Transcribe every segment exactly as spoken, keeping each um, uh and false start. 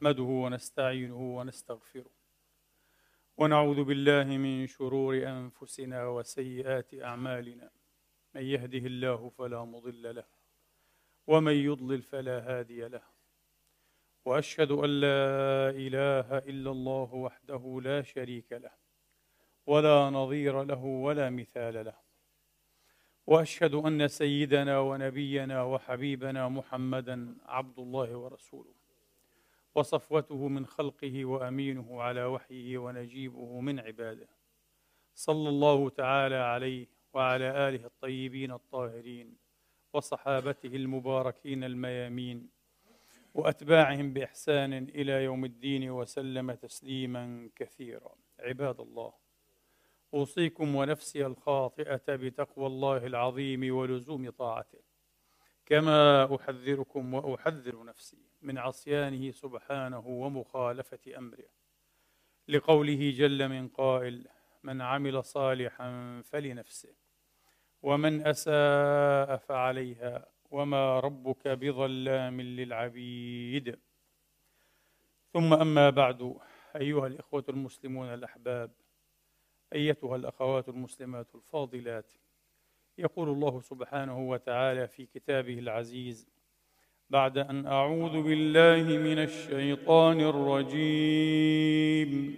نحمده ونستعينه ونستغفره ونعوذ بالله من شرور أنفسنا وسيئات أعمالنا. من يهده الله فلا مضل له ومن يضلل فلا هادي له، وأشهد أن لا إله إلا الله وحده لا شريك له ولا نظير له ولا مثال له، وأشهد أن سيدنا ونبينا وحبيبنا محمدًا عبد الله ورسوله وصفوته من خلقه وأمينه على وحيه ونجيبه من عباده، صلى الله تعالى عليه وعلى آله الطيبين الطاهرين وصحابته المباركين الميامين وأتباعهم بإحسان إلى يوم الدين وسلم تسليما كثيرا. عباد الله، أوصيكم ونفسي الخاطئة بتقوى الله العظيم ولزوم طاعته، كما أحذركم وأحذر نفسي من عصيانه سبحانه ومخالفة أمره، لقوله جل من قائل: من عمل صالحا فلنفسه ومن أساء فعليها وما ربك بظلام للعبيد. ثم أما بعد، أيها الإخوة المسلمون الأحباب، أيتها الأخوات المسلمات الفاضلات، يقول الله سبحانه وتعالى في كتابه العزيز بعد أن أعوذ بالله من الشيطان الرجيم: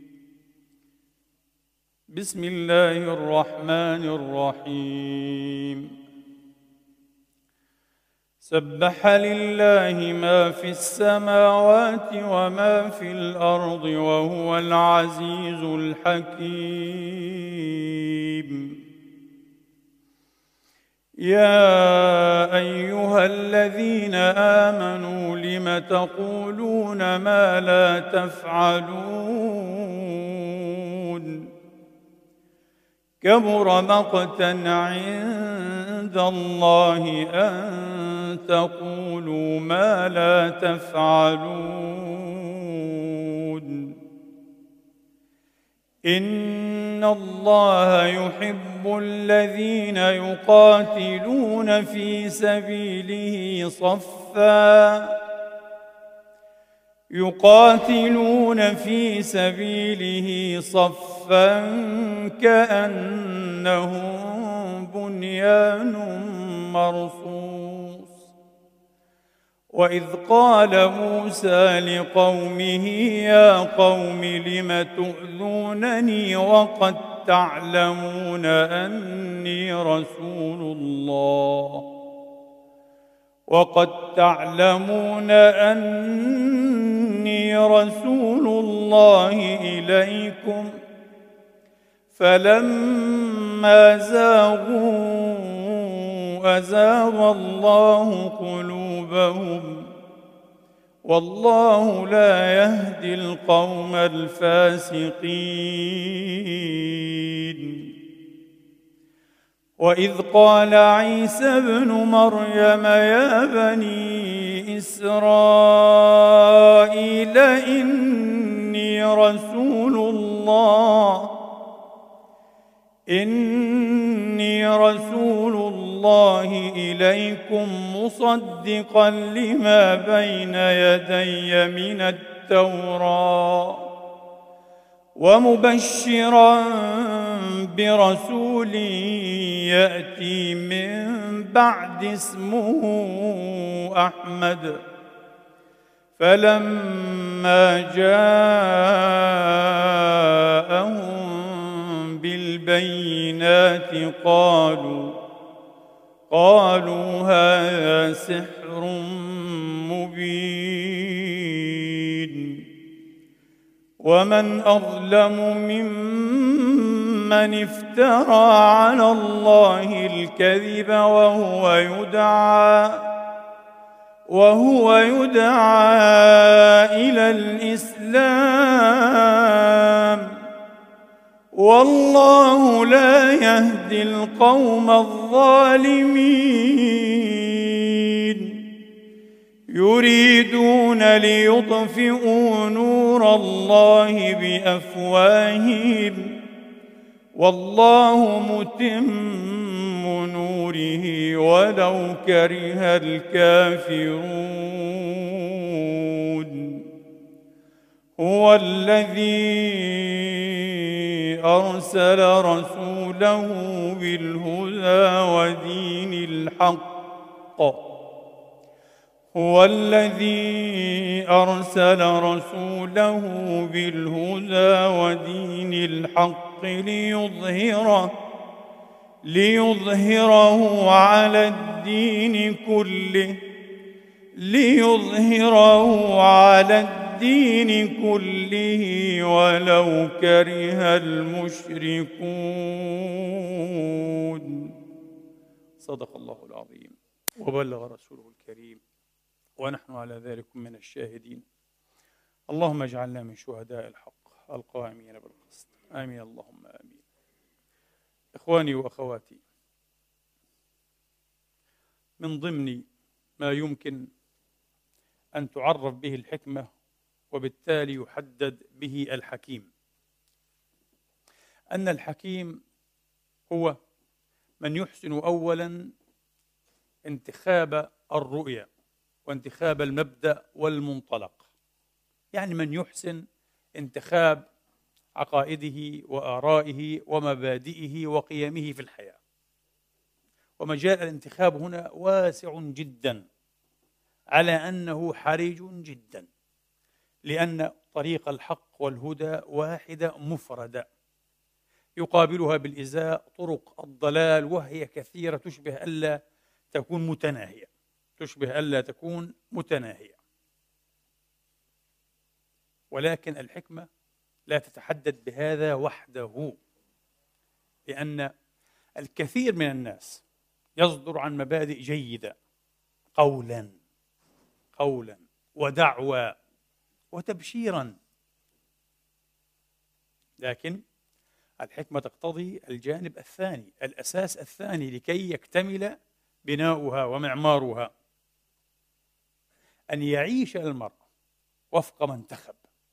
بسم الله الرحمن الرحيم. سبح لله ما في السماوات وما في الأرض وهو العزيز الحكيم. يا أيها الذين آمنوا لم تقولون ما لا تفعلون؟ كبر مقتا عند الله أن تقولوا ما لا تفعلون. إن الله يحب الذين يقاتلون في سبيله صفا يقاتلون في سبيله صفا كأنهم بنيان مرصوص. وإذ قال موسى لقومه يا قوم لم تؤذونني وقد تعلمون أني رسول الله وقد تعلمون أني رسول الله إليكم فلما زاغوا أزاغ الله قلوبهم والله لا يهدي القوم الفاسقين. وإذ قال عيسى ابن مريم يا بني إسرائيل إني رسول الله إني رسول الله إليكم مصدقا لما بين يدي من التوراة ومبشرا برسول يأتي من بعد اسمه أحمد. فلما جاءهم بالبينات قالوا قالوا هذا سحر مبين. ومن أظلم ممن افترى على الله الكذب وهو يدعى وهو يدعى إلى الإسلام والله لا يهدي القوم الظالمين. يريدون ليطفئوا نور الله بأفواههم والله متم نوره ولو كره الكافرون. هو الذي أرسل رسوله بالهدى ودين الحق هو الذي أرسل رسوله بالهدى ودين الحق ليظهره ليظهره على الدين كله ليظهره على الدين كله ولو كره المشركون. صدق الله العظيم وبلغ رسوله الكريم ونحن على ذلك من الشاهدين. اللهم اجعلنا من شهداء الحق القائمين بالقسط. آمين اللهم آمين. إخواني وأخواتي، من ضمن ما يمكن أن تعرف به الحكمة وبالتالي يحدد به الحكيم أن الحكيم هو من يحسن أولا انتخاب الرؤية وانتخاب المبدأ والمنطلق، يعني من يحسن انتخاب عقائده وآرائه ومبادئه وقيمه في الحياة. ومجال الانتخاب هنا واسع جدا على أنه حرج جدا، لأن طريق الحق والهدى واحدة مفردة يقابلها بالإزاء طرق الضلال وهي كثيرة تشبه ألا تكون متناهية تشبه ألا تكون متناهية ولكن الحكمة لا تتحدد بهذا وحده، لأن الكثير من الناس يصدر عن مبادئ جيدة قولا قولا ودعوى وتبشيرا، لكن الحكمة تقتضي الجانب الثاني، الأساس الثاني لكي يكتمل بناؤها ومعمارها، أن يعيش المرء وفق ما انتخب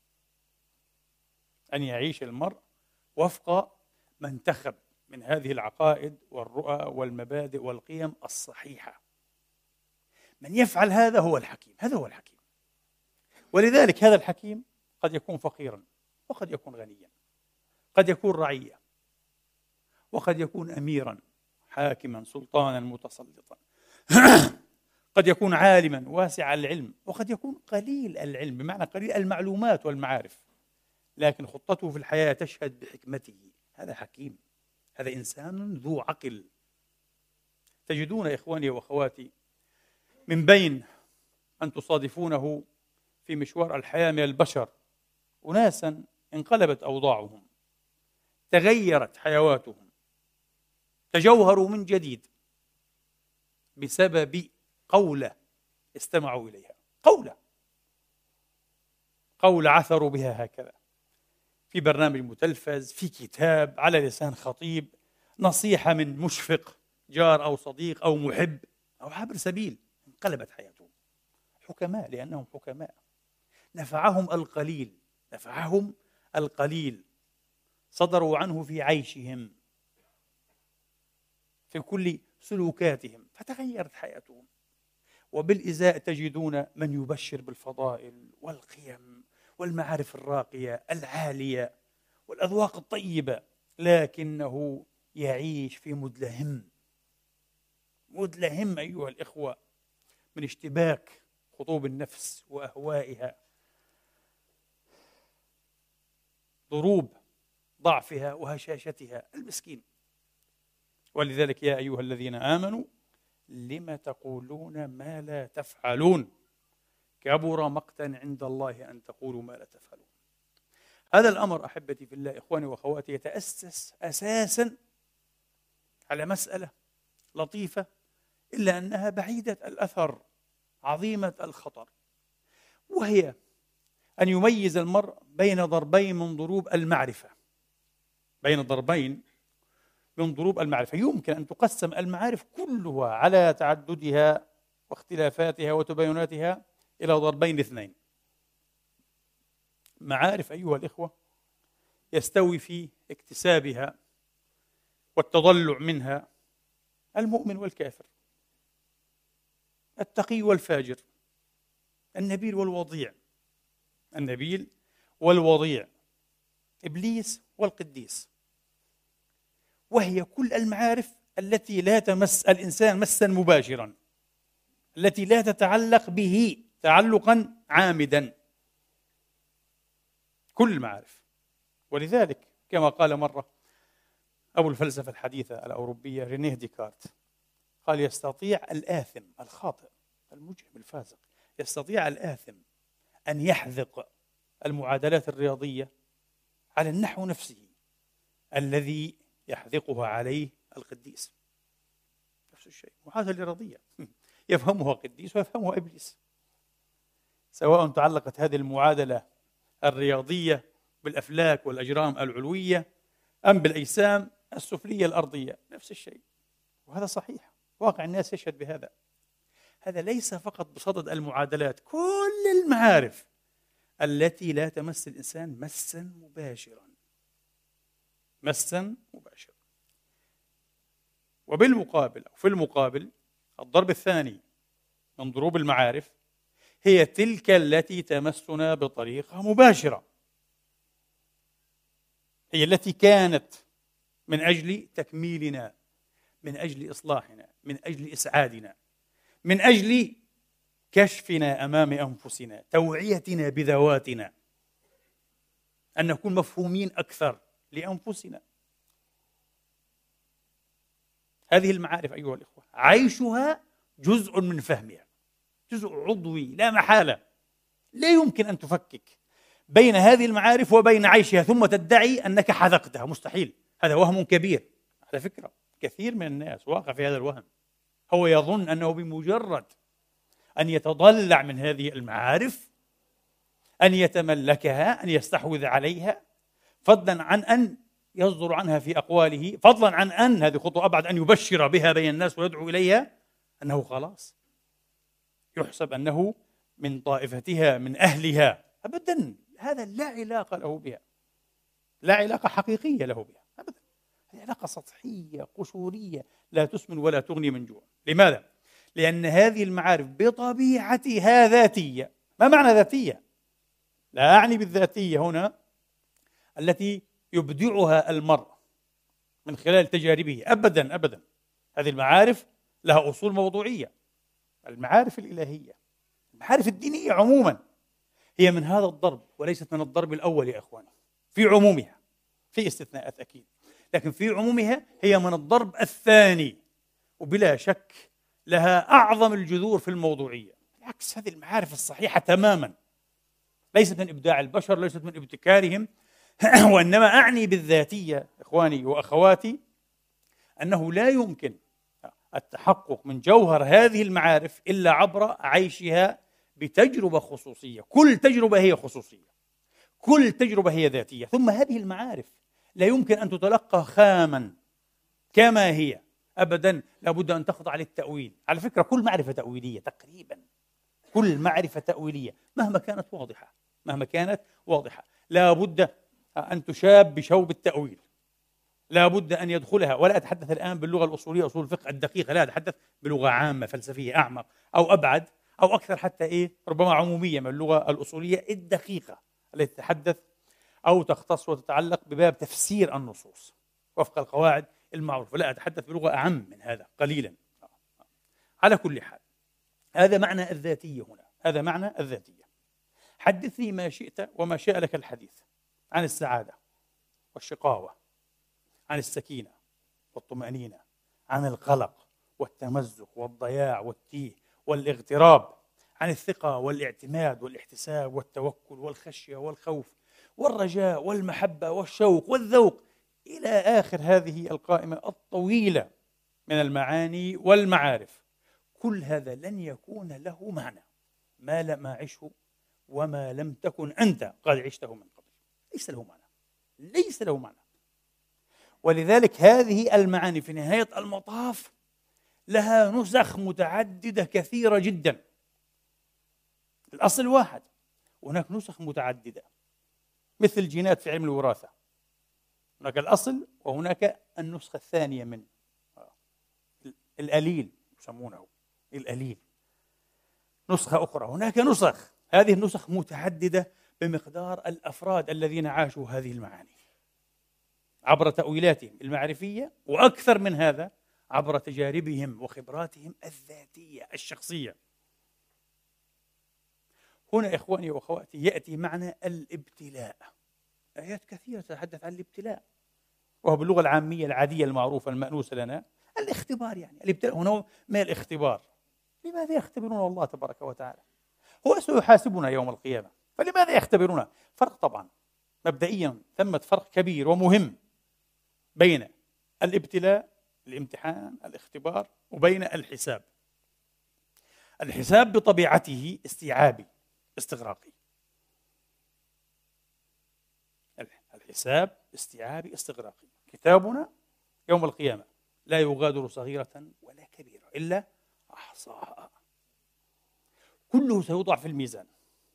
أن يعيش المرء وفق ما انتخب من هذه العقائد والرؤى والمبادئ والقيم الصحيحة. من يفعل هذا هو الحكيم، هذا هو الحكيم. ولذلك هذا الحكيم قد يكون فقيرا وقد يكون غنيا، قد يكون رعية وقد يكون أميرا حاكما سلطانا متسلطا قد يكون عالما واسع العلم وقد يكون قليل العلم بمعنى قليل المعلومات والمعارف، لكن خطته في الحياة تشهد بحكمته. هذا حكيم، هذا إنسان ذو عقل. تجدون إخواني وأخواتي من بين أن تصادفونه في مشوار الحياة من البشر أناسا انقلبت أوضاعهم، تغيرت حيواتهم، تجوهروا من جديد بسبب قولة استمعوا إليها، قولة قولة عثروا بها هكذا في برنامج متلفز، في كتاب، على لسان خطيب، نصيحة من مشفق جار أو صديق أو محب أو عابر سبيل، انقلبت حياتهم. حكماء لأنهم حكماء، نفعهم القليل نفعهم القليل صدروا عنه في عيشهم في كل سلوكاتهم فتغيرت حياتهم. وبالإزاء تجدون من يبشر بالفضائل والقيم والمعارف الراقية العالية والأذواق الطيبة، لكنه يعيش في مدلهم مدلهم أيها الإخوة من اشتباك خطوب النفس وأهوائها، ضروب ضعفها وهشاشتها المسكين. ولذلك يا أيها الذين آمنوا لم تقولون ما لا تفعلون كبر مقتا عند الله أن تقولوا ما لا تفعلون. هذا الأمر أحبتي في الله إخواني وأخواتي يتأسس أساسا على مسألة لطيفة إلا أنها بعيدة الأثر عظيمة الخطر، وهي أن يميز المرء بين ضربين من ضروب المعرفة بين ضربين من ضروب المعرفة. يمكن أن تقسم المعارف كلها على تعددها واختلافاتها وتبايناتها إلى ضربين اثنين. معارف أيها الإخوة يستوي في اكتسابها والتضلع منها المؤمن والكافر، التقي والفاجر، النبيل والوضيع. النبيل والوضيع، إبليس والقديس، وهي كل المعارف التي لا تمس الإنسان مسا مباشرا، التي لا تتعلق به تعلقا عامدا، كل المعارف. ولذلك كما قال مرة أبو الفلسفة الحديثة الأوروبية رينيه ديكارت، قال: يستطيع الآثم الخاطئ المجرم الفاسق، يستطيع الآثم أن يحذق المعادلات الرياضية على النحو نفسه الذي يحذقها عليه القديس. نفس الشيء، معادلة رياضية يفهمها قديس ويفهمها إبليس، سواء تعلقت هذه المعادلة الرياضية بالأفلاك والأجرام العلوية أم بالأجسام السفلية الأرضية، نفس الشيء. وهذا صحيح، واقع الناس يشهد بهذا. هذا ليس فقط بصدد المعادلات، كل المعارف التي لا تمس الإنسان مسا مباشرا، مسا مباشرا. وبالمقابل أو في المقابل، الضرب الثاني من ضروب المعارف هي تلك التي تمسنا بطريقة مباشرة، هي التي كانت من أجل تكميلنا، من أجل إصلاحنا، من أجل إسعادنا، من أجل كشفنا أمام أنفسنا، توعيتنا بذواتنا، أن نكون مفهومين أكثر لأنفسنا. هذه المعارف أيها الإخوة عيشها جزء من فهمها، جزء عضوي لا محالة. لا يمكن أن تفكك بين هذه المعارف وبين عيشها ثم تدعي أنك حذقتها، مستحيل. هذا وهم كبير على فكرة. كثير من الناس واقع في هذا الوهم، هو يظن أنه بمجرد أن يتضلع من هذه المعارف، أن يتملكها، أن يستحوذ عليها، فضلا عن أن يصدر عنها في أقواله، فضلا عن أن هذه خطوة أبعد أن يبشر بها بين الناس ويدعو إليها، أنه خلاص يحسب أنه من طائفتها، من أهلها. أبدا، هذا لا علاقة له بها، لا علاقة حقيقية له بها أبدا. هذه علاقة سطحية قشورية لا تسمن ولا تغني من جوع. لماذا؟ لأن هذه المعارف بطبيعتها ذاتية. ما معنى ذاتية؟ لا أعني بالذاتية هنا التي يبدعها المرء من خلال تجاربه، أبدا أبدا. هذه المعارف لها أصول موضوعية. المعارف الإلهية، المعارف الدينية عموما، هي من هذا الضرب وليست من الضرب الأول يا إخواني. في عمومها، في استثناءات أكيد، لكن في عمومها هي من الضرب الثاني، وبلا شك لها أعظم الجذور في الموضوعية. بالعكس، هذه المعارف الصحيحة تماما ليست من إبداع البشر، ليست من ابتكارهم وإنما أعني بالذاتية إخواني وأخواتي أنه لا يمكن التحقق من جوهر هذه المعارف إلا عبر عيشها بتجربة خصوصية. كل تجربة هي خصوصية، كل تجربة هي ذاتية. ثم هذه المعارف لا يمكن أن تتلقى خاما كما هي أبدا، لابد أن تخضع للتأويل. على فكرة كل معرفة تأويلية تقريبا، كل معرفة تأويلية مهما كانت واضحة، مهما كانت واضحة لابد أن تشاب بشوب التأويل، لابد أن يدخلها. ولا أتحدث الآن باللغة الأصولية، أصول الفقه الدقيقة، لا أتحدث بلغة عامة فلسفية أعمق أو أبعد أو أكثر حتى إيه ربما عمومية من اللغة الأصولية الدقيقة التي تتحدث أو تختص وتتعلق بباب تفسير النصوص وفق القواعد المعروفة. لا أتحدث بلغة أعم من هذا قليلا. على كل حال، هذا معنى الذاتية هنا، هذا معنى الذاتية. حدثني ما شئت وما شاء لك الحديث عن السعادة والشقاوة، عن السكينة والطمأنينة، عن القلق والتمزق والضياع والتيه والاغتراب، عن الثقة والاعتماد والاحتساب والتوكل والخشية والخوف والرجاء والمحبة والشوق والذوق، إلى آخر هذه القائمة الطويلة من المعاني والمعارف. كل هذا لن يكون له معنى ما لم أعشه وما لم تكن أنت قد عشته من قبل. ليس له معنى، ليس له معنى. ولذلك هذه المعاني في نهاية المطاف لها نسخ متعددة كثيرة جدا. الأصل واحد، وهناك نسخ متعددة، مثل الجينات في علم الوراثة. هناك الأصل وهناك النسخة الثانية من الأليل، يسمونه الأليل، نسخة أخرى. هناك نسخ، هذه النسخ متعددة بمقدار الأفراد الذين عاشوا هذه المعاني عبر تأويلاتهم المعرفية، وأكثر من هذا عبر تجاربهم وخبراتهم الذاتية الشخصية. هنا إخواني وأخواتي يأتي معنى الابتلاء. آيات كثيرة تتحدث عن الابتلاء، وهو باللغة العامية العادية المعروفة المأنوسة لنا الاختبار. يعني الابتلاء هنا ما الاختبار؟ لماذا يختبرون الله تبارك وتعالى؟ هو سيحاسبنا يوم القيامة، فلماذا يختبرون؟ فرق طبعا مبدئيا، ثمة فرق كبير ومهم بين الابتلاء الامتحان الاختبار وبين الحساب. الحساب بطبيعته استيعابي استغراقي. الحساب استيعابي استغراقي. كتابنا يوم القيامة لا يغادر صغيرة ولا كبيرة إلا أحصاها. كله سيوضع في الميزان،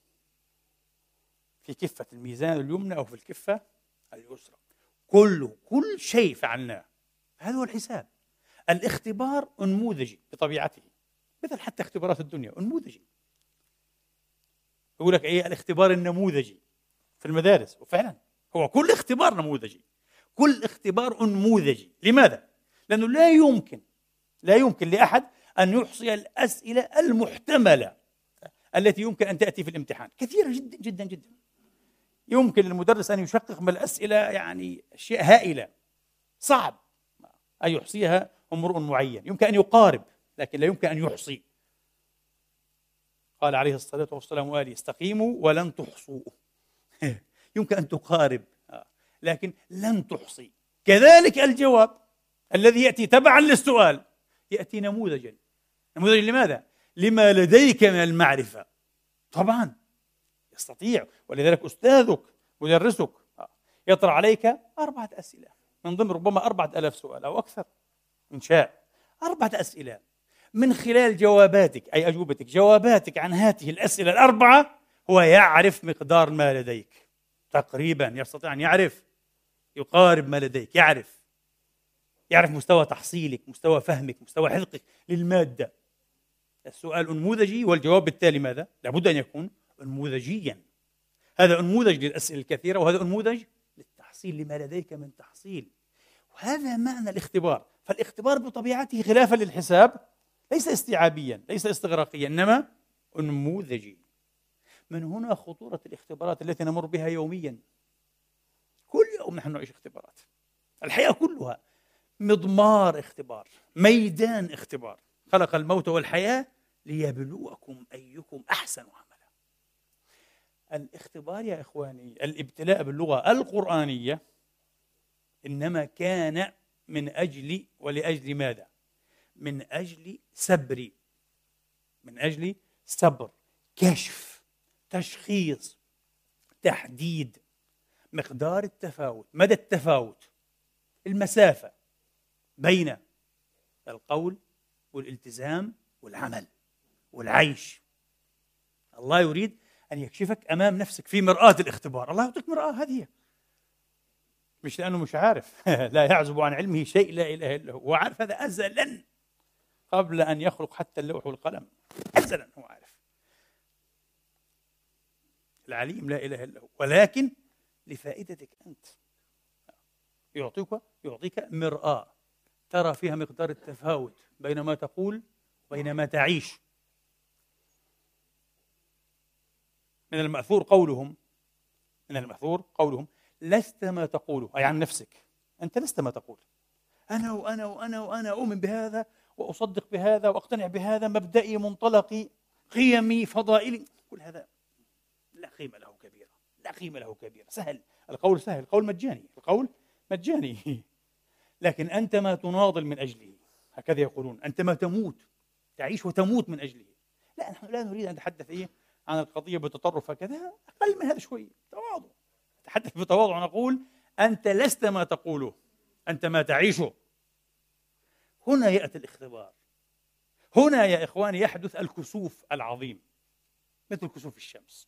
في كفة الميزان اليمنى أو في الكفة اليسرى. كله كل شيء فعلناه، هذا هو الحساب. الاختبار أنموذجي بطبيعته، مثل حتى اختبارات الدنيا أنموذجي. يقول لك إيه الاختبار النموذجي في المدارس، وفعلا هو كل اختبار نموذجي، كل اختبار أنموذجي. لماذا؟ لأنه لا يمكن لا يمكن لأحد أن يحصي الأسئلة المحتملة التي يمكن أن تأتي في الامتحان، كثيرة جدا جدا جدا. يمكن للمدرس أن يشقق من الأسئلة يعني أشياء هائلة، صعب أن يحصيها امرؤ معين. يمكن أن يقارب لكن لا يمكن أن يحصي. قال عليه الصلاة والسلام وآله استقيموا ولن تحصوا. يمكن أن تقارب لكن لن تحصي. كذلك الجواب الذي يأتي تبعا للسؤال يأتي نموذجا. نموذجا لماذا؟ لما لديك من المعرفة. طبعا يستطيع، ولذلك أستاذك مدرسك يطرح عليك أربعة أسئلة من ضمن ربما أربعة ألاف سؤال أو أكثر إن شاء. أربعة أسئلة من خلال جواباتك أي أجوبتك جواباتك عن هذه الأسئلة الأربعة هو يعرف مقدار ما لديك تقريبا. يستطيع أن يعرف، يقارب ما لديك، يعرف يعرف مستوى تحصيلك، مستوى فهمك، مستوى حفظك للمادة. السؤال أنموذجي والجواب بالتالي ماذا؟ لابد أن يكون أنموذجيا. هذا أنموذج للأسئلة الكثيرة، وهذا أنموذج للتحصيل لما لديك من تحصيل. وهذا معنى الاختبار. فالاختبار بطبيعته خلافا للحساب ليس استيعابيا، ليس استغراقيا، إنما أنموذجي. من هنا خطورة الاختبارات التي نمر بها يوميا. كل يوم نحن نعيش اختبارات. الحياة كلها مضمار اختبار، ميدان اختبار. خلق الموت والحياة ليبلوكم أيكم أحسن عملا. الاختبار يا إخواني، الابتلاء باللغة القرآنية إنما كان من أجل ولأجل ماذا؟ من أجل سبر، من أجل سبر، كشف، تشخيص، تحديد مقدار التفاوت، مدى التفاوت، المسافة بين القول والالتزام والعمل والعيش. الله يريد أن يكشفك أمام نفسك في مرآة الاختبار. الله يعطيك مرآة، هذه مش لأنه مش عارف لا يعزب عن علمه شيء، لا إله إلا هو. هو عارف هذا أزلا قبل أن يخلق حتى اللوح والقلم، أزلا هو عارف. العليم لا إله إلا هو، ولكن لفائدتك أنت يعطيك يعطيك مرآة ترى فيها مقدار التفاوت بين ما تقول وبين ما تعيش. من المأثور قولهم من المأثور قولهم لست ما تقوله، أي عن نفسك. أنت لست ما تقول. أنا وأنا وأنا وأنا أؤمن بهذا وأصدق بهذا وأقتنع بهذا، مبدئي، منطلقي، قيمي، فضائلي، كل هذا لا قيمة له كبيرة، لا قيمة له كبيرة. سهل القول، سهل القول، مجاني القول، مجاني. لكن أنت ما تناضل من أجله، هكذا يقولون. أنت ما تموت، تعيش وتموت من أجله. لا، نحن لا نريد أن نتحدث إيه عن القضية بتطرف هكذا، أقل من هذا شوي، تواضع. نتحدث بتواضع، نقول أنت لست ما تقوله، أنت ما تعيشه. هنا يأتي الاختبار. هنا يا إخواني يحدث الكسوف العظيم، مثل كسوف الشمس.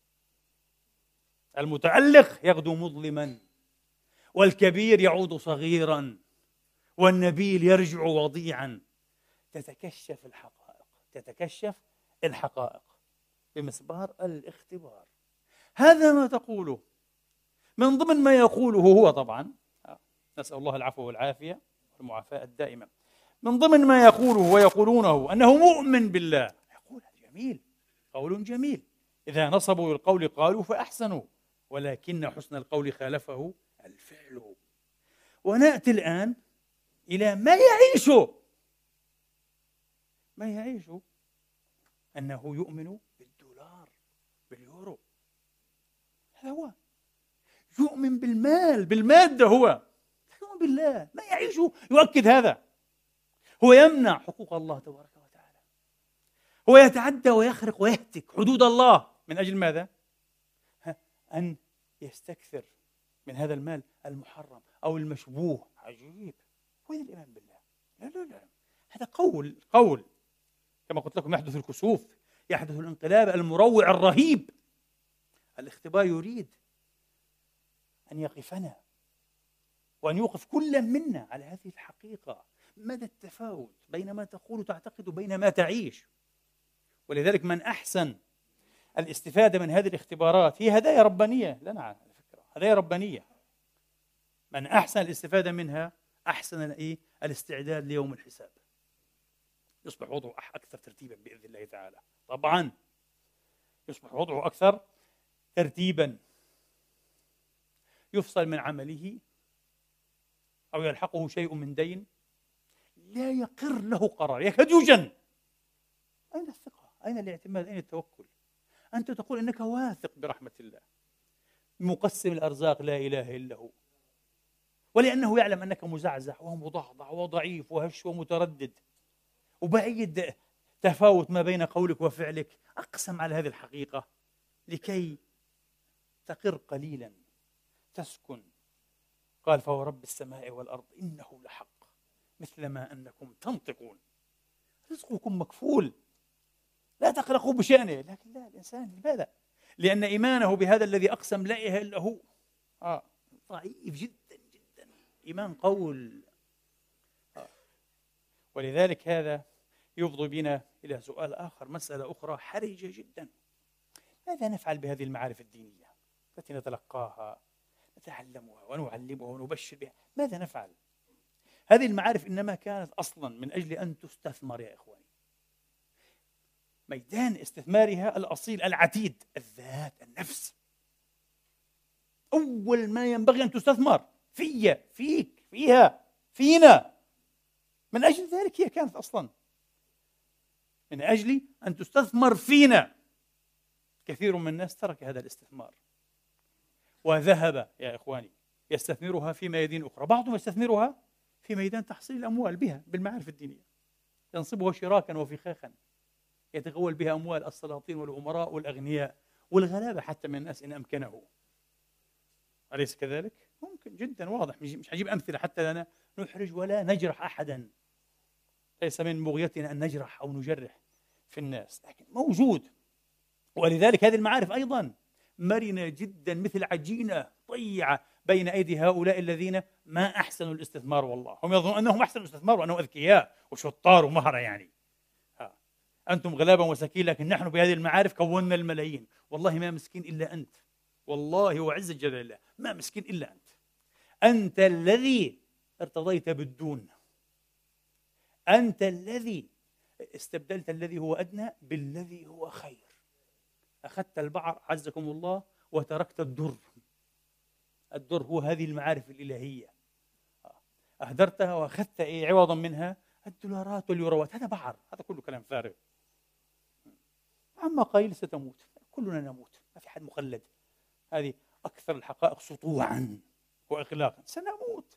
المتألق يغدو مظلما، والكبير يعود صغيرا، والنبيل يرجع وضيعا. تتكشف الحقائق، تتكشف الحقائق بمسبار الاختبار. هذا ما تقوله. من ضمن ما يقوله هو طبعا، نسأل الله العفو والعافية والمعافاة الدائمة، من ضمن ما يقوله ويقولونه أنه مؤمن بالله. يقول جميل، قول جميل، إذا نصبوا للقول قالوا فأحسنوا، ولكن حسن القول خالفه الفعل. ونأتي الآن إلى ما يعيشه، ما يعيشه أنه يؤمن بالدولار، باليورو. هذا هو، يؤمن بالمال، بالمادة. هو يؤمن بالله، ما يعيشه يؤكد هذا. هو يمنع حقوق الله تبارك وتعالى، هو يتعدى ويخرق ويهتك حدود الله من أجل ماذا؟ أن يستكثر من هذا المال المحرم أو المشبوه. عجيب، وين الإيمان بالله؟ لا لا لا، هذا قول قول كما قلت لكم، يحدث الكسوف، يحدث الانقلاب المروع الرهيب. الاختبار يريد أن يقفنا وأن يوقف كل منا على هذه الحقيقة، مدى التفاوت بين ما تقول وتعتقد وبين ما تعيش. ولذلك من أحسن الاستفادة من هذه الاختبارات، هي هدايا ربانية لنا على فكرة، هدايا ربانية. من أحسن الاستفادة منها أحسن إيه؟ الاستعداد ليوم الحساب. يصبح وضعه أكثر ترتيبا بإذن الله تعالى. طبعا يصبح وضعه أكثر ترتيبا، يفصل من عمله أو يلحقه شيء من دين لا يقر له قرار، يكاد يجن. أين الثقة؟ أين الاعتماد؟ أين التوكل؟ أنت تقول إنك واثق برحمة الله، مقسم الأرزاق لا إله إلا هو، ولأنه يعلم أنك مزعزع ومضعضع وضعيف وهش ومتردد وبعيد تفاوت ما بين قولك وفعلك، أقسم على هذه الحقيقة لكي تقر قليلا، تسكن. قال فورب السماء والأرض إنه لحق مثل ما أنكم تنطقون. رزقكم مكفول، لا تقلقوا بشأنه. لكن لا، الإنسان لماذا؟ لأن إيمانه بهذا الذي أقسم لا إله إلا هو آه ضعيف جدا جدا، إيمان قول. آه. ولذلك هذا يفضي بنا إلى سؤال آخر، مسألة أخرى حرجة جدا. ماذا نفعل بهذه المعارف الدينية التي نتلقاها، نتعلمها ونعلمها ونبشر بها؟ ماذا نفعل؟ هذه المعارف إنما كانت أصلا من أجل أن تستثمر يا إخواني. ميدان استثمارها الأصيل العتيد الذات، النفس. أول ما ينبغي أن تستثمر في فيك فيها فينا. من أجل ذلك هي كانت أصلا، من أجل أن تستثمر فينا. كثير من الناس ترك هذا الاستثمار وذهب يا إخواني يستثمرها في ميادين أخرى. بعضهم يستثمرها في ميدان تحصيل الأموال بها بالمعارف الدينية، ينصبها شراكا وفخاخا يتغول بها أموال السلاطين والأمراء والأغنياء والغلابة حتى من الناس إن أمكنه. أليس كذلك؟ ممكن جدا واضح، مش هجيب أمثلة حتى لا نحرج ولا نجرح أحدا. ليس من بغيتنا أن نجرح أو نجرح في الناس، لكن موجود. ولذلك هذه المعارف أيضا مرنة جدا، مثل عجينة طيعة بين أيدي هؤلاء الذين ما أحسنوا الاستثمار. والله هم يظنون أنهم أحسنوا الاستثمار وأنهم أذكياء وشطار ومهرة يعني. ها. أنتم غلابة ومساكين، لكن نحن بهذه المعارف كونا الملايين. والله ما مسكين إلا أنت، والله وعز جل الله ما مسكين إلا أنت. أنت الذي ارتضيت بالدون، أنت الذي استبدلت الذي هو أدنى بالذي هو خير. أخذت البعر عزكم الله وتركت الدر. الدر هو هذه المعارف الإلهية، أهدرتها وأخذت إيه عوضا منها؟ الدولارات واليوروات. هذا بعر، هذا كله كلام فارغ. عما قليل ستموت، كلنا نموت، ما في حد مخلد. هذه أكثر الحقائق سطوعا وإغلاقا. سنموت،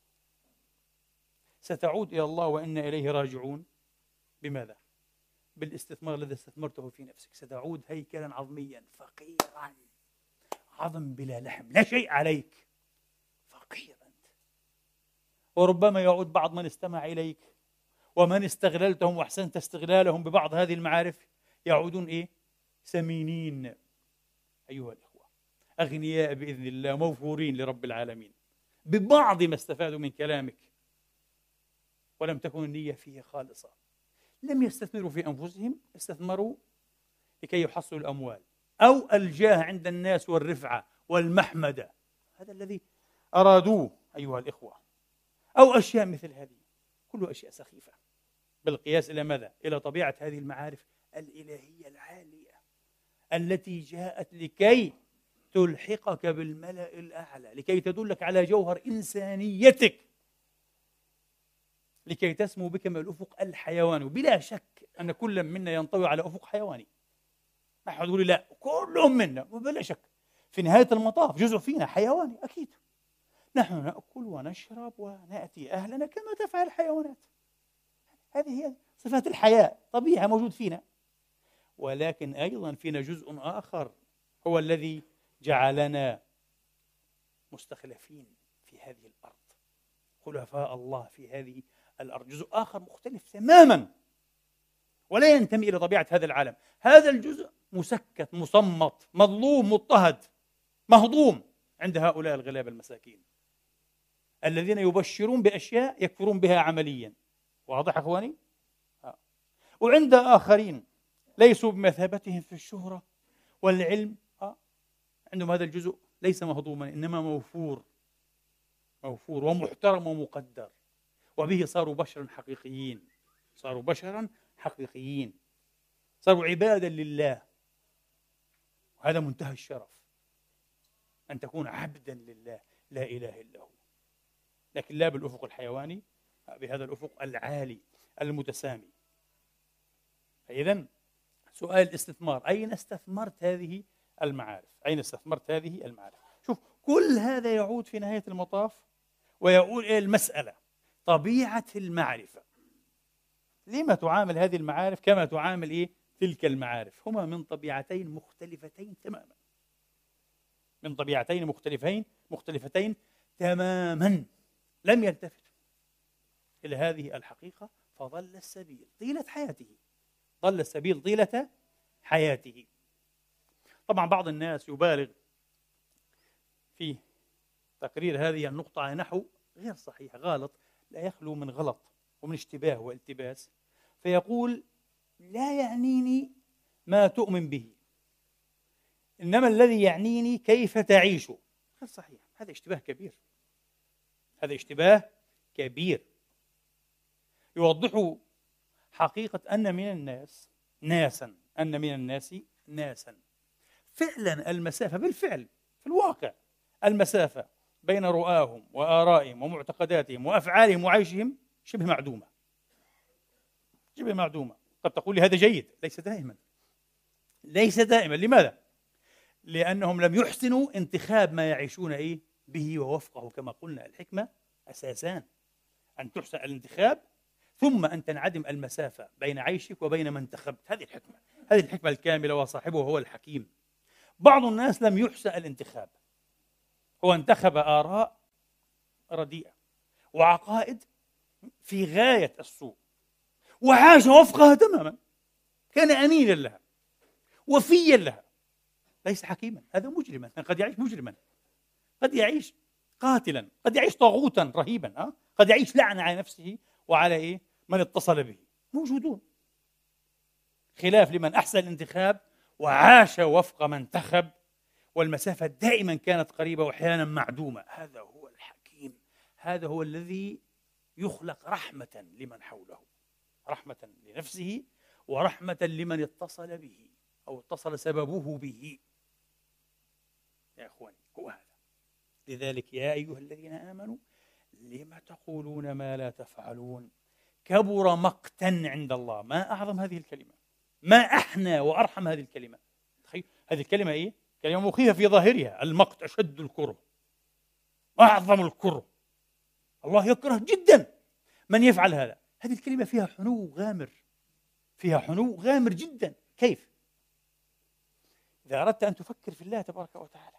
ستعود إلى الله وإنا إليه راجعون. بماذا؟ بالاستثمار الذي استثمرته في نفسك. ستعود هيكلا عظميا فقيرا، عظم بلا لحم، لا شيء عليك، فقير أنت. وربما يعود بعض من استمع إليك ومن استغللتهم وأحسنت استغلالهم ببعض هذه المعارف، يعودون إيه؟ سمينين أيها الإخوة، أغنياء بإذن الله، موفورين لرب العالمين ببعض ما استفادوا من كلامك، ولم تكن النية فيه خالصة. لم يستثمروا في أنفسهم، استثمروا لكي يحصلوا الأموال. أو الجاه عند الناس والرفعة والمحمدة، هذا الذي أرادوه أيها الإخوة، أو أشياء مثل هذه، كلها أشياء سخيفة بالقياس إلى ماذا؟ إلى طبيعة هذه المعارف الإلهية العالية التي جاءت لكي تلحقك بالملأ الأعلى، لكي تدلك على جوهر إنسانيتك، لكي تسمو بك من الأفق الحيواني. بلا شك أن كل منا ينطوي على أفق حيواني، ما حد يقول لا، كلهم منا، وبلا شك في نهاية المطاف جزء فينا حيواني أكيد. نحن نأكل ونشرب ونأتي أهلنا كما تفعل الحيوانات، هذه هي صفات الحياة، طبيعة موجود فينا. ولكن أيضا فينا جزء آخر هو الذي جعلنا مستخلفين في هذه الأرض، خلفاء الله في هذه الأرض، جزء آخر مختلف تماما ولا ينتمي إلى طبيعة هذا العالم. هذا الجزء مسكت، مصمت، مظلوم، مضطهد، مهضوم عند هؤلاء الغلابة المساكين الذين يبشرون بأشياء يكفرون بها عمليا. واضح أخواني؟ آه. وعند آخرين ليسوا بمثابتهم في الشهرة والعلم، آه. عندهم هذا الجزء ليس مهضوما، إنما موفور موفور ومحترم ومقدر، وبه صاروا بشرا حقيقيين، صاروا بشرا حقيقيين، صاروا عبادا لله. وهذا منتهى الشرف، أن تكون عبدا لله لا إله إلا هو، لكن لا بالأفق الحيواني، بهذا الأفق العالي المتسامي. فإذن سؤال الاستثمار، أين استثمرت هذه المعارف؟ أين استثمرت هذه المعارف؟ شوف، كل هذا يعود في نهاية المطاف ويقول إيه المسألة؟ طبيعة المعرفة. لما تعامل هذه المعارف كما تعامل إيه تلك المعارف؟ هما من طبيعتين مختلفتين تماما، من طبيعتين مختلفين مختلفتين تماما، لم يلتفت إلى هذه الحقيقة فضل السبيل طيلة حياته، ضل السبيل طيلة حياته. طبعا بعض الناس يبالغ في تقرير هذه النقطة على نحو غير صحيح، غلط، لا يخلو من غلط ومن اشتباه والتباس، فيقول لا يعنيني ما تؤمن به، إنما الذي يعنيني كيف تعيش. غير صحيح، هذا اشتباه كبير، هذا اشتباه كبير يوضح حقيقة أن من الناس ناسا، أن من الناس ناسا فعلا المسافة، بالفعل في الواقع المسافة بين رؤاهم وآرائهم ومعتقداتهم وأفعالهم وعيشهم شبه معدومة، شبه معدومة. قد تقول لي هذا جيد، ليس دائما، ليس دائما. لماذا؟ لأنهم لم يحسنوا انتخاب ما يعيشون إيه به ووفقه. كما قلنا الحكمة أساسان، أن تحسن الانتخاب ثم أن تنعدم المسافة بين عيشك وبين من انتخبت. هذه الحكمة، هذه الحكمة الكاملة، وصاحبه هو الحكيم. بعض الناس لم يحسن الانتخاب، هو انتخب آراء رديئة وعقائد في غاية السوء وعاش وفقها تماما، كان أمينا لها وفيا لها، ليس حكيما، هذا مجرما، قد يعيش مجرما، قد يعيش قاتلا، قد يعيش طاغوتا رهيبا، أه؟ قد يعيش لعنة على نفسه وعلى إيه من اتصل به، موجودون. خلاف لمن أحسن الانتخاب وعاش وفق من انتخب والمسافة دائما كانت قريبة وأحيانا معدومة. هذا هو الحكيم، هذا هو الذي يخلق رحمة لمن حوله، رحمة لنفسه ورحمة لمن اتصل به أو اتصل سببه به. يا أخواني هو هذا. لذلك يا أيها الذين آمنوا لم تقولون ما لا تفعلون كبر مقتا عند الله. ما أعظم هذه الكلمة، ما أحنى وأرحم هذه الكلمة. تخيل هذه الكلمة إيه؟ كلمة مخيفة في ظاهرها، المقت أشد الكره، أعظم الكره، الله يكره جدا من يفعل هذا. هذه الكلمة فيها حنو غامر، فيها حنو غامر جدا. كيف؟ إذا أردت أن تفكر في الله تبارك وتعالى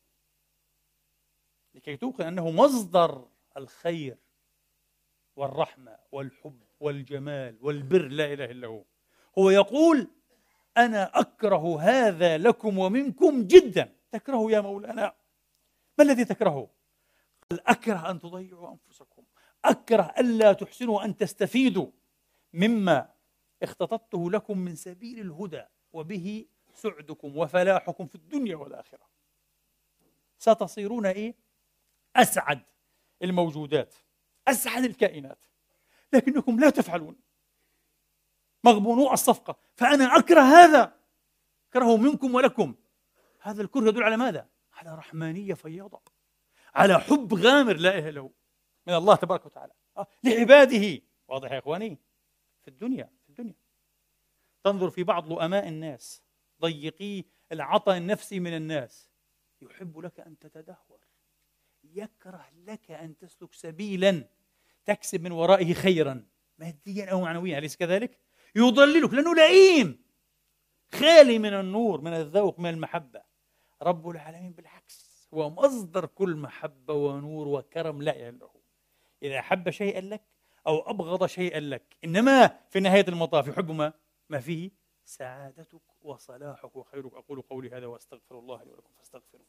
لكي توقن أنه مصدر الخير والرحمة والحب والجمال والبر، لا إله إلا هو، هو يقول أنا أكره هذا لكم ومنكم جدا. تكره يا مولانا؟ ما الذي تكرهه؟ قال أكره أن تضيعوا أنفسكم، أكره ألا تحسنوا أن تستفيدوا مما اختطته لكم من سبيل الهدى وبه سعدكم وفلاحكم في الدنيا والآخرة. ستصيرون إيه؟ أسعد الموجودات، أسعد الكائنات، لكنكم لا تفعلون، مغبونو الصفقة. فأنا أكره هذا، أكرهه منكم ولكم. هذا الكره يدل على ماذا؟ على رحمانية فياضة، على حب غامر لا إله إلا هو من الله تبارك وتعالى لعباده. واضح يا إخواني؟ في الدنيا في الدنيا تنظر في بعض لؤماء الناس، ضيقي العطاء النفسي من الناس، يحب لك أن تتدهور، يكره لك أن تسلك سبيلا تكسب من ورائه خيرا ماديا أو معنويا، أليس كذلك؟ يضللك لأنه لئيم، خالي من النور، من الذوق، من المحبة. رب العالمين بالعكس هو مصدر كل محبة ونور وكرم لا إله إلا هو. إذا أحب شيئا لك أو أبغض شيئا لك، إنما في نهاية المطاف يحب ما ما فيه سعادتك وصلاحك وخيرك. أقول قولي هذا وأستغفر الله لي ولكم فاستغفروه.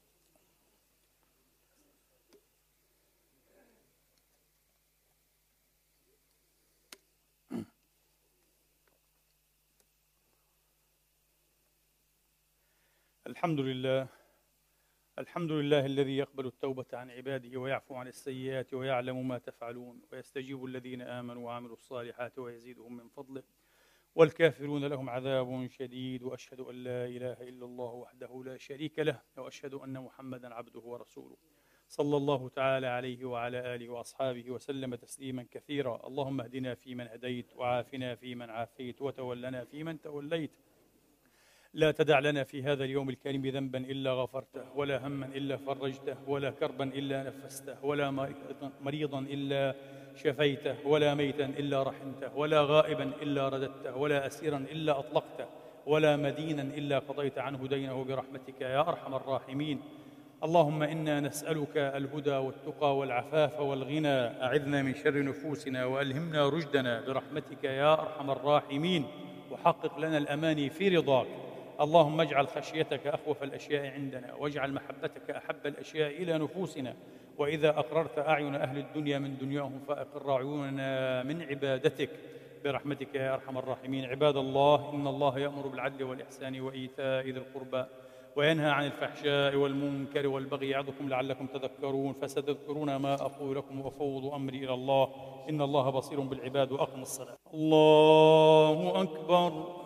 الحمد لله، الحمد لله الذي يقبل التوبة عن عباده ويعفو عن السيئات ويعلم ما تفعلون، ويستجيب الذين آمنوا وعملوا الصالحات ويزيدهم من فضله، والكافرون لهم عذاب شديد. وأشهد أن لا إله إلا الله وحده لا شريك له، وأشهد أن محمدا عبده ورسوله، صلى الله تعالى عليه وعلى آله وأصحابه وسلم تسليما كثيرا. اللهم اهدنا فيمن هديت، وعافنا فيمن عافيت، وتولنا فيمن توليت. لا تدع لنا في هذا اليوم الكريم ذنبا إلا غفرته، ولا هما إلا فرجته، ولا كربا إلا نفسته، ولا مريضا إلا شفيته، ولا ميتا إلا رحمته، ولا غائبا إلا رددته، ولا أسيرا إلا أطلقته، ولا مدينا إلا قضيت عنه دينه برحمتك يا أرحم الراحمين. اللهم إنا نسألك الهدى والتقى والعفاف والغنى. أعذنا من شر نفوسنا وألهمنا رشدنا برحمتك يا أرحم الراحمين، وحقق لنا الأماني في رضاك. اللهم اجعل خشيتك أخوف الأشياء عندنا، واجعل محبتك أحب الأشياء إلى نفوسنا. وإذا أقررت أعين أهل الدنيا من دنياهم فأقر عيوننا من عبادتك برحمتك يا أرحم الراحمين. عباد الله، إن الله يأمر بالعدل والإحسان وإيتاء ذي القربى، وينهى عن الفحشاء والمنكر والبغي يعظكم لعلكم تذكرون. فستذكرون ما أقول لكم وأفوض أمري إلى الله، إن الله بصير بالعباد. وأقم الصلاة. الله أكبر.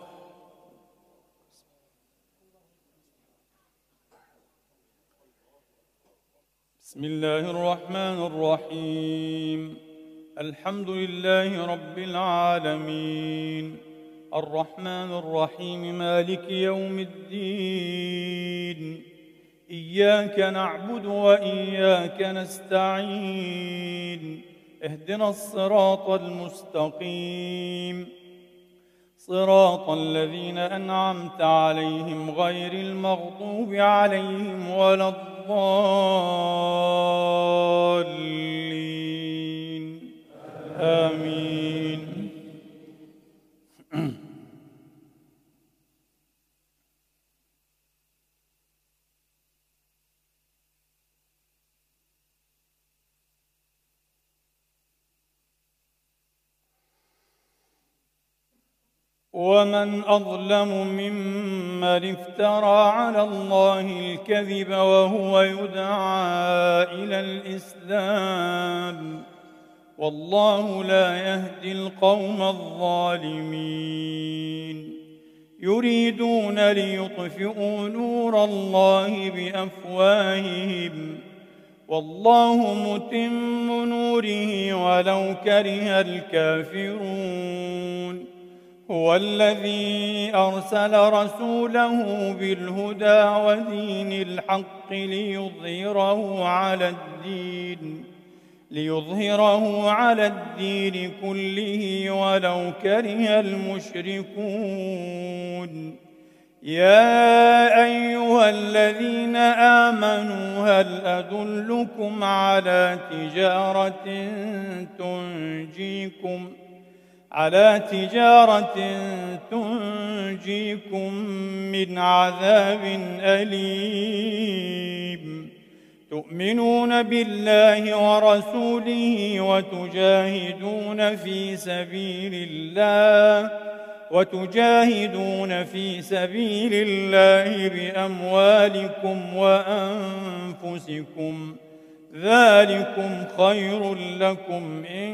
بسم الله الرحمن الرحيم. الحمد لله رب العالمين، الرحمن الرحيم، مالك يوم الدين. إياك نعبد وإياك نستعين، اهدنا الصراط المستقيم، صراط الذين أنعمت عليهم غير المغضوب عليهم ولا الضالين. آمين. ومن أظلم ممن افترى على الله الكذب وهو يدعى إلى الإسلام، والله لا يهدي القوم الظالمين. يريدون ليطفئوا نور الله بأفواههم، والله متم نوره ولو كره الكافرون. هو الذي أرسل رسوله بالهدى ودين الحق ليظهره على الدين ليظهره على الدين كله ولو كره المشركون. يا أيها الذين آمنوا هل أدلكم على تجارة تنجيكم على تجارة تنجيكم من عذاب أليم، تؤمنون بالله ورسوله وتجاهدون في سبيل الله وتجاهدون في سبيل الله بأموالكم وأنفسكم ذلكم خير لكم إن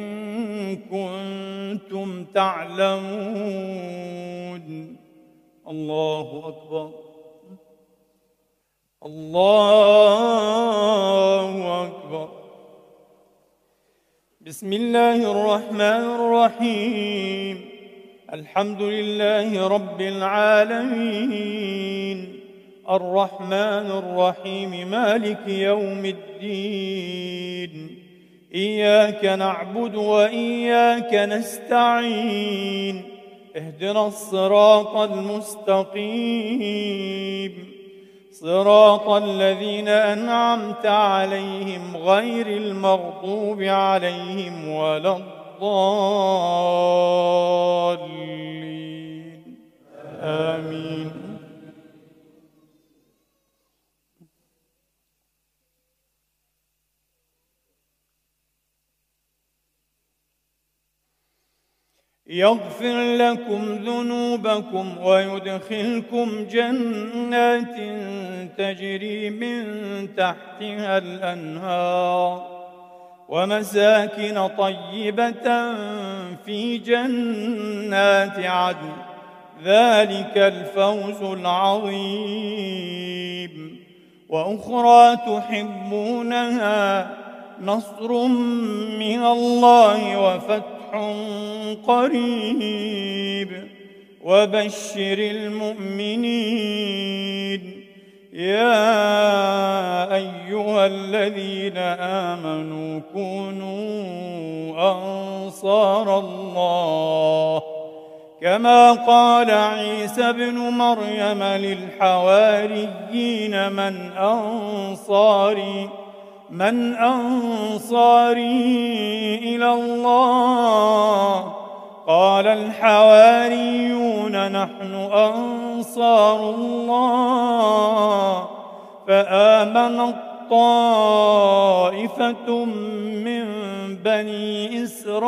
كنتم تعلمون. الله أكبر. الله أكبر. بسم الله الرحمن الرحيم. الحمد لله رب العالمين الرحمن الرحيم مالك يوم الدين إياك نعبد وإياك نستعين اهدنا الصراط المستقيم صراط الذين أنعمت عليهم غير المغضوب عليهم ولا الضالين آمين. يغفر لكم ذنوبكم ويدخلكم جنات تجري من تحتها الأنهار ومساكن طيبة في جنات عدن ذلك الفوز العظيم. وأخرى تحبونها نصر من الله وفتح قريب وبشر المؤمنين. يا أيها الذين آمنوا كونوا أنصار الله كما قال عيسى ابن مريم للحواريين من أنصاري من أنصاري إلى الله قال الحواريون نحن أنصار الله فآمنت طائفة من بني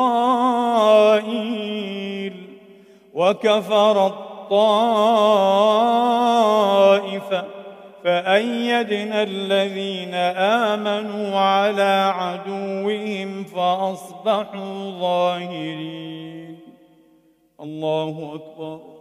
إسرائيل وكفرت طائفة فأيدنا الذين آمنوا على عدوهم فأصبحوا ظاهرين. الله أكبر.